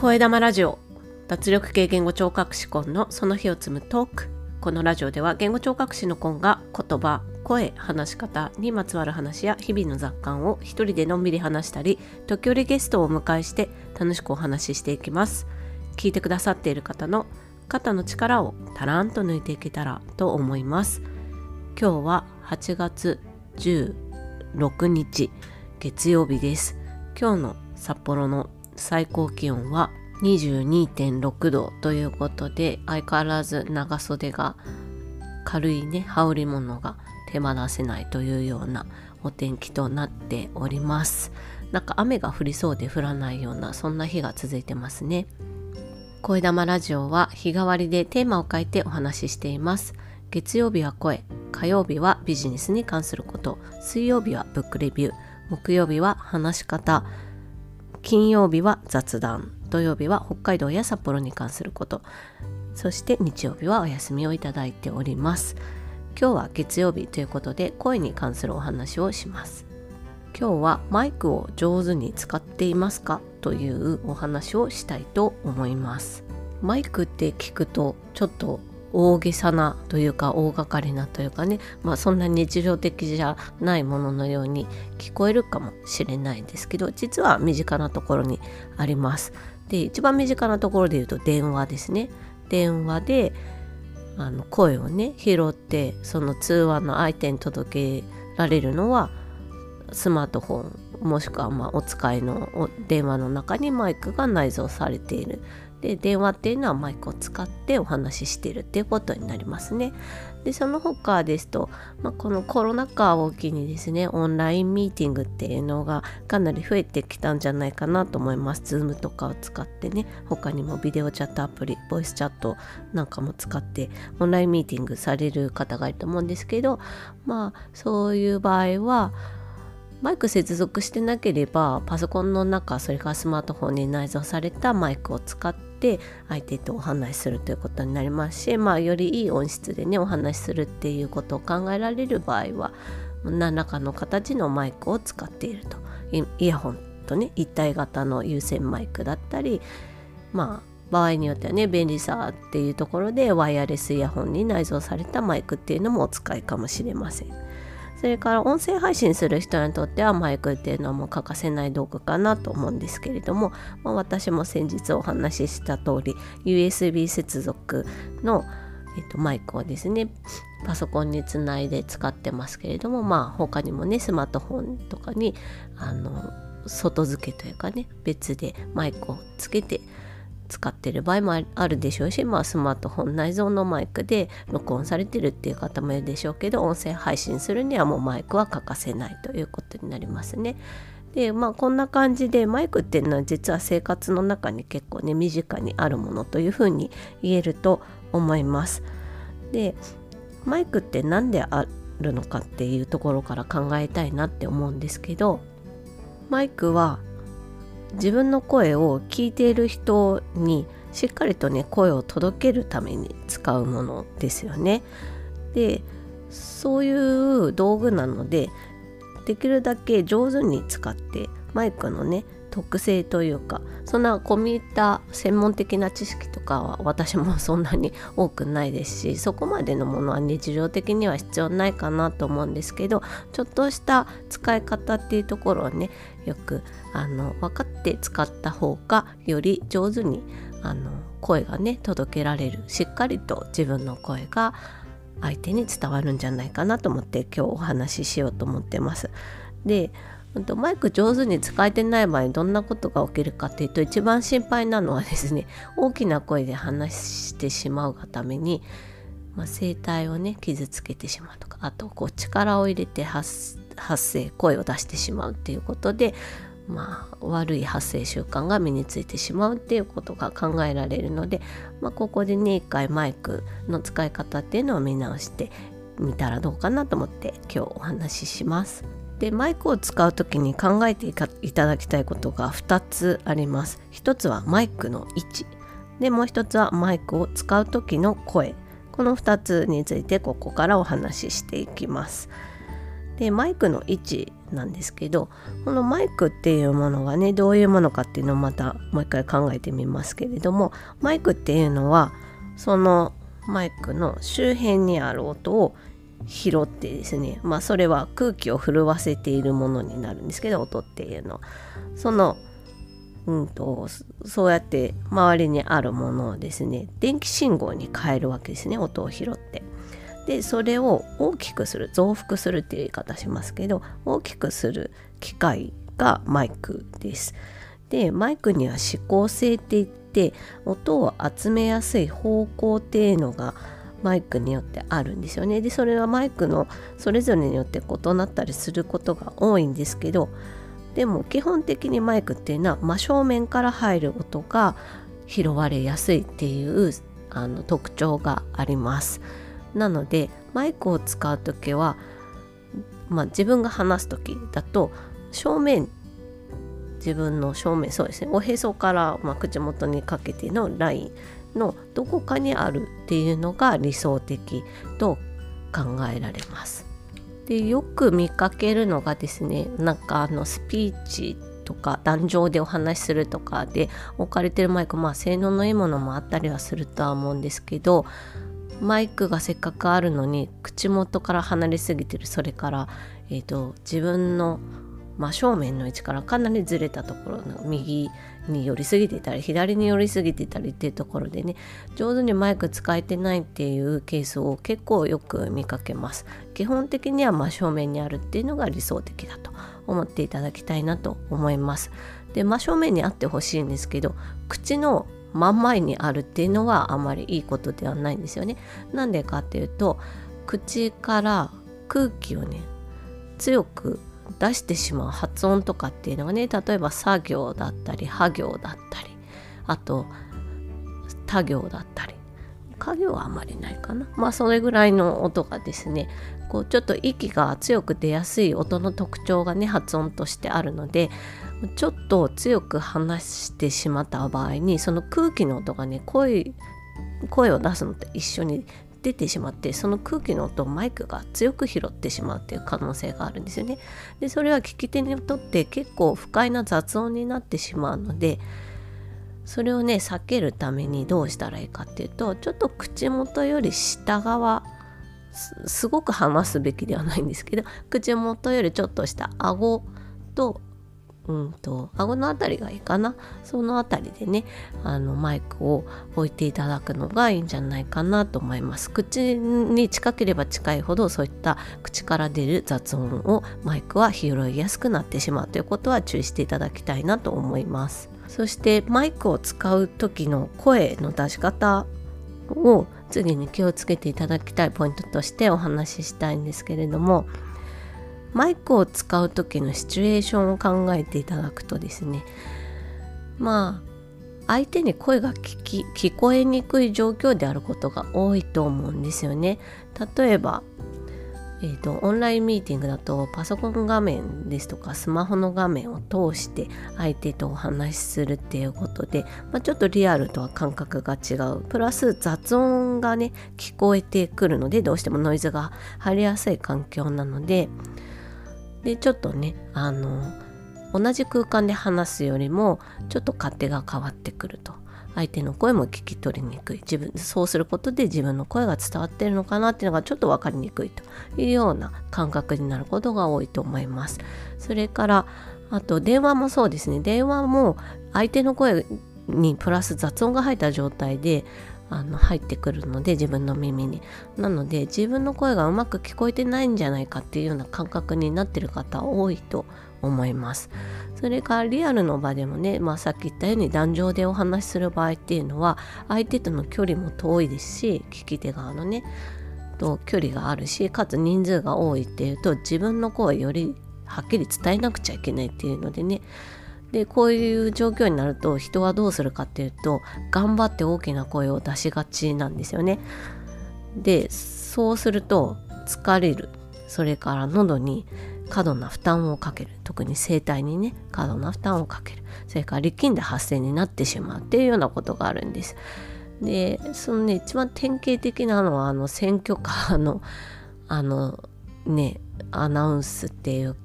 声玉ラジオ、脱力系言語聴覚士コンのその日を積むトーク。このラジオでは言語聴覚士のコンが言葉、声、話し方にまつわる話や日々の雑感を一人でのんびり話したり、時折ゲストをお迎えして楽しくお話ししていきます。聞いてくださっている方の肩の力をたらんと抜いていけたらと思います。今日は8月16日月曜日です。今日の札幌の最高気温は22.6 度ということで、相変わらず長袖が軽いね羽織物が手放せないというようなお天気となっております。なんか雨が降りそうで降らないようなそんな日が続いてますね。声玉ラジオは日替わりでテーマを変えてお話ししています。月曜日は声、火曜日はビジネスに関すること、水曜日はブックレビュー、木曜日は話し方、金曜日は雑談、土曜日は北海道や札幌に関すること、そして日曜日はお休みをいただいております。今日は月曜日ということで声に関するお話をします。今日はマイクを上手に使っていますかというお話をしたいと思います。マイクって聞くとちょっと大げさなというか大掛かりなというかね、そんな日常的じゃないもののように聞こえるかもしれないんですけど、実は身近なところにあります。で、一番身近なところで言うと電話ですね。電話で声をね拾ってその通話の相手に届けられるのはスマートフォンもしくはお使いの電話の中にマイクが内蔵されている。で、電話っていうのはマイクを使ってお話ししているっていうことになりますね。で、その他ですと、このコロナ禍を機にですね、オンラインミーティングっていうのがかなり増えてきたんじゃないかなと思います。Zoom とかを使ってね、他にもビデオチャットアプリ、ボイスチャットなんかも使ってオンラインミーティングされる方がいると思うんですけど、そういう場合はマイク接続してなければパソコンの中、それからスマートフォンに内蔵されたマイクを使って相手とお話しするということになりますし、よりいい音質でねお話しするっていうことを考えられる場合は何らかの形のマイクを使っていると、イヤホンとね一体型の有線マイクだったり、場合によってはね便利さっていうところでワイヤレスイヤホンに内蔵されたマイクっていうのもお使いかもしれません。それから音声配信する人にとってはマイクっていうのはもう欠かせない道具かなと思うんですけれども、私も先日お話しした通り USB 接続の、マイクをですねパソコンにつないで使ってますけれども、他にもねスマートフォンとかに外付けというかね別でマイクをつけて使ってる場合もあるでしょうし、スマートフォン内蔵のマイクで録音されてるっていう方もいるでしょうけど、音声配信するにはもうマイクは欠かせないということになりますね。で、こんな感じでマイクっていうのは実は生活の中に結構ね身近にあるものというふうに言えると思います。で、マイクって何であるのかっていうところから考えたいなって思うんですけど、マイクは自分の声を聞いている人にしっかりとね声を届けるために使うものですよね。で、そういう道具なのでできるだけ上手に使ってマイクのね特性というか、そんな込み入った専門的な知識とかは私もそんなに多くないですし、そこまでのものは日常的には必要ないかなと思うんですけど、ちょっとした使い方っていうところをねよく分かって使った方がより上手に声がね届けられる、しっかりと自分の声が相手に伝わるんじゃないかなと思って今日お話ししようと思ってます。で、マイク上手に使えてない場合どんなことが起きるかというと、一番心配なのはですね、大きな声で話してしまうがために、声帯をね傷つけてしまうとか、あと力を入れて声を出してしまうっていうことで悪い発声習慣が身についてしまうっていうことが考えられるので、ここでね一回マイクの使い方っていうのを見直してみたらどうかなと思って今日お話しします。で、マイクを使うときに考えていただきたいことが2つあります。一つはマイクの位置で、もう一つはマイクを使うときの声。この2つについてここからお話ししていきます。で、マイクの位置なんですけど、このマイクっていうものがねどういうものかっていうのをまたもう一回考えてみますけれども、マイクっていうのはそのマイクの周辺にある音を拾ってですね、それは空気を震わせているものになるんですけど、音っていうのそのそうやって周りにあるものをですね電気信号に変えるわけですね、音を拾って。でそれを大きくする、増幅するっていう言い方しますけど、大きくする機械がマイクです。でマイクには指向性っていって音を集めやすい方向っていうのがマイクによってあるんですよね。でそれはマイクのそれぞれによって異なったりすることが多いんですけど、でも基本的にマイクっていうのは真正面から入る音が拾われやすいっていう特徴があります。なのでマイクを使うときは、自分が話すときだと自分の正面、そうですね、おへそから、口元にかけてのラインのどこかにあるっていうのが理想的と考えられます。でよく見かけるのがですね、スピーチとか壇上でお話しするとかで置かれてるマイク、性能のいいものもあったりはするとは思うんですけど、マイクがせっかくあるのに口元から離れすぎてる、それから、自分の真正面の位置からかなりずれたところの右に寄りすぎていたり左に寄りすぎていたりっていうところでね、上手にマイク使えてないっていうケースを結構よく見かけます。基本的には真正面にあるっていうのが理想的だと思っていただきたいなと思います。で真正面にあってほしいんですけど、口の真ん前にあるっていうのはあまりいいことではないんですよね。なんでかっていうと、口から空気をね強く出してしまう発音とかっていうのがね、例えば作業だったりは行だったり、あと他行だったり、家行はあまりないかな、それぐらいの音がですね、ちょっと息が強く出やすい音の特徴がね発音としてあるので、ちょっと強く話してしまった場合にその空気の音がね声を出すのと一緒に出てしまって、その空気の音をマイクが強く拾ってしまうっていう可能性があるんですよね。でそれは聞き手にとって結構不快な雑音になってしまうので、それをね避けるためにどうしたらいいかっていうと、ちょっと口元より下側、すごく話すべきではないんですけど、口元よりちょっと下、顎と顎のあたりがいいかな、そのあたりでねマイクを置いていただくのがいいんじゃないかなと思います。口に近ければ近いほどそういった口から出る雑音をマイクは拾いやすくなってしまうということは注意していただきたいなと思います。そしてマイクを使う時の声の出し方を次に気をつけていただきたいポイントとしてお話ししたいんですけれども、マイクを使う時のシチュエーションを考えていただくとですね、相手に声が聞こえにくい状況であることが多いと思うんですよね。例えば、オンラインミーティングだとパソコン画面ですとかスマホの画面を通して相手とお話しするっていうことで、ちょっとリアルとは感覚が違う、プラス雑音がね聞こえてくるので、どうしてもノイズが入りやすい環境なので、ちょっとね同じ空間で話すよりもちょっと勝手が変わってくると、相手の声も聞き取りにくい、そうすることで自分の声が伝わっているのかなっていうのがちょっと分かりにくいというような感覚になることが多いと思います。それからあと電話もそうですね。電話も相手の声にプラス雑音が入った状態で入ってくるので、自分の耳に。なので自分の声がうまく聞こえてないんじゃないかっていうような感覚になってる方多いと思います。それからリアルの場でもね、さっき言ったように壇上でお話しする場合っていうのは相手との距離も遠いですし、聞き手側のねと距離があるし、かつ人数が多いっていうと自分の声よりはっきり伝えなくちゃいけないっていうのでね、でこういう状況になると人はどうするかっていうと、頑張って大きな声を出しがちなんですよね。でそうすると疲れる、それから喉に過度な負担をかける、特に声帯にね過度な負担をかける、それから力んだ発声になってしまうっていうようなことがあるんです。でそのね一番典型的なのは選挙カーのアナウンスっていうか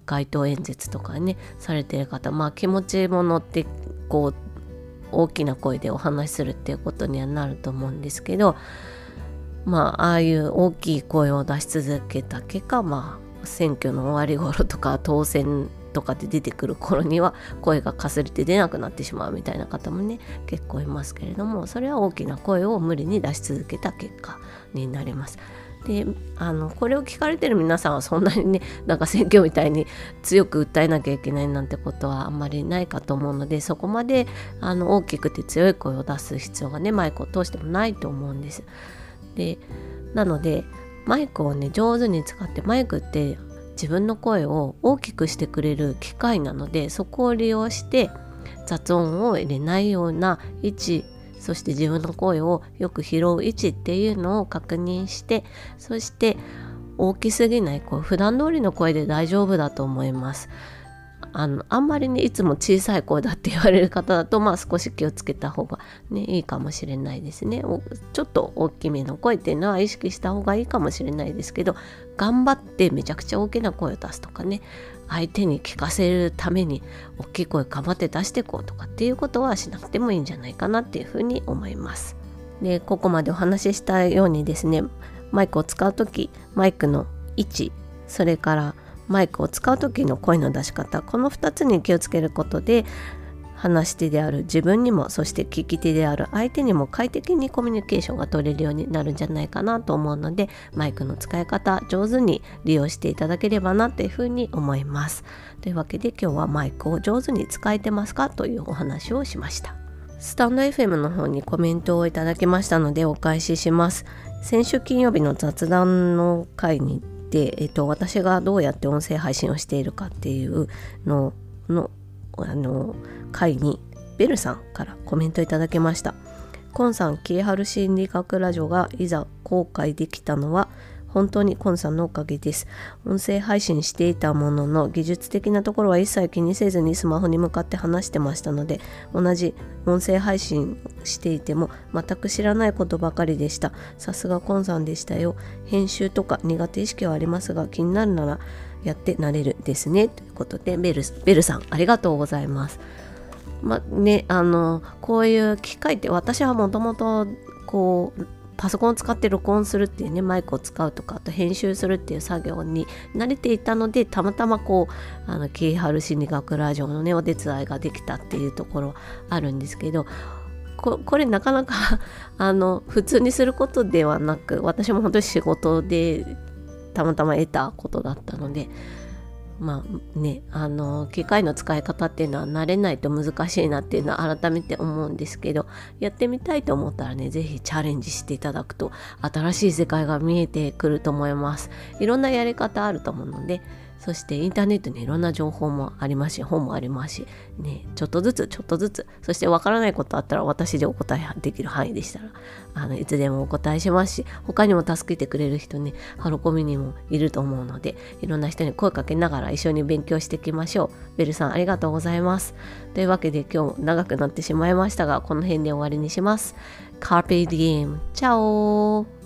街頭演説とかねされてる方、気持ちも乗ってこう大きな声でお話しするっていうことにはなると思うんですけど、ああいう大きい声を出し続けた結果、選挙の終わり頃とか当選とかで出てくる頃には声がかすれて出なくなってしまうみたいな方もね結構いますけれども、それは大きな声を無理に出し続けた結果になります。でこれを聞かれてる皆さんはそんなにね選挙みたいに強く訴えなきゃいけないなんてことはあんまりないかと思うので、そこまで大きくて強い声を出す必要がねマイクを通してもないと思うんです。でなのでマイクをね上手に使って、マイクって自分の声を大きくしてくれる機械なので、そこを利用して雑音を入れないような位置、そして自分の声をよく拾う位置っていうのを確認して、そして大きすぎない声、普段通りの声で大丈夫だと思います。あんまりねいつも小さい声だって言われる方だと少し気をつけた方がねいいかもしれないですね。ちょっと大きめの声っていうのは意識した方がいいかもしれないですけど、頑張ってめちゃくちゃ大きな声を出すとかね、相手に聞かせるために大きい声頑張って出していこうとかっていうことはしなくてもいいんじゃないかなっていうふうに思います。でここまでお話ししたようにですね、マイクを使うときマイクの位置、それからマイクを使う時の声の出し方、この2つに気をつけることで話し手である自分にも、そして聞き手である相手にも快適にコミュニケーションが取れるようになるんじゃないかなと思うので、マイクの使い方上手に利用していただければなというふうに思います。というわけで今日はマイクを上手に使えてますかというお話をしました。スタンド FM の方にコメントをいただきましたのでお返しします。先週金曜日の雑談の回に私がどうやって音声配信をしているかっていうの回にベルさんからコメントいただきました。コンさん、消えはる心理学ラジオがいざ公開できたのは本当にコンさんのおかげです。音声配信していたものの技術的なところは一切気にせずにスマホに向かって話してましたので、同じ音声配信していても全く知らないことばかりでした。さすがコンさんでしたよ。編集とか苦手意識はありますが、気になるならやってなれるですね。ということでベルさんありがとうございます。こういう機会って私はもともとパソコンを使って録音するっていうね、マイクを使うとか、あと編集するっていう作業に慣れていたので、たまたまキーハル心理学ラジオのねお手伝いができたっていうところあるんですけど、これなかなか普通にすることではなく、私も本当に仕事でたまたま得たことだったので、機械の使い方っていうのは慣れないと難しいなっていうのは改めて思うんですけど、やってみたいと思ったらね、ぜひチャレンジしていただくと新しい世界が見えてくると思います。いろんなやり方あると思うので、そしてインターネットにいろんな情報もありますし、本もありますし、ちょっとずつ、そしてわからないことあったら私でお答えできる範囲でしたらいつでもお答えしますし、他にも助けてくれる人ね、ハロコミにもいると思うので、いろんな人に声かけながら一緒に勉強していきましょう。ベルさんありがとうございます。というわけで今日長くなってしまいましたが、この辺で終わりにします。Carpe Diem。チャオ。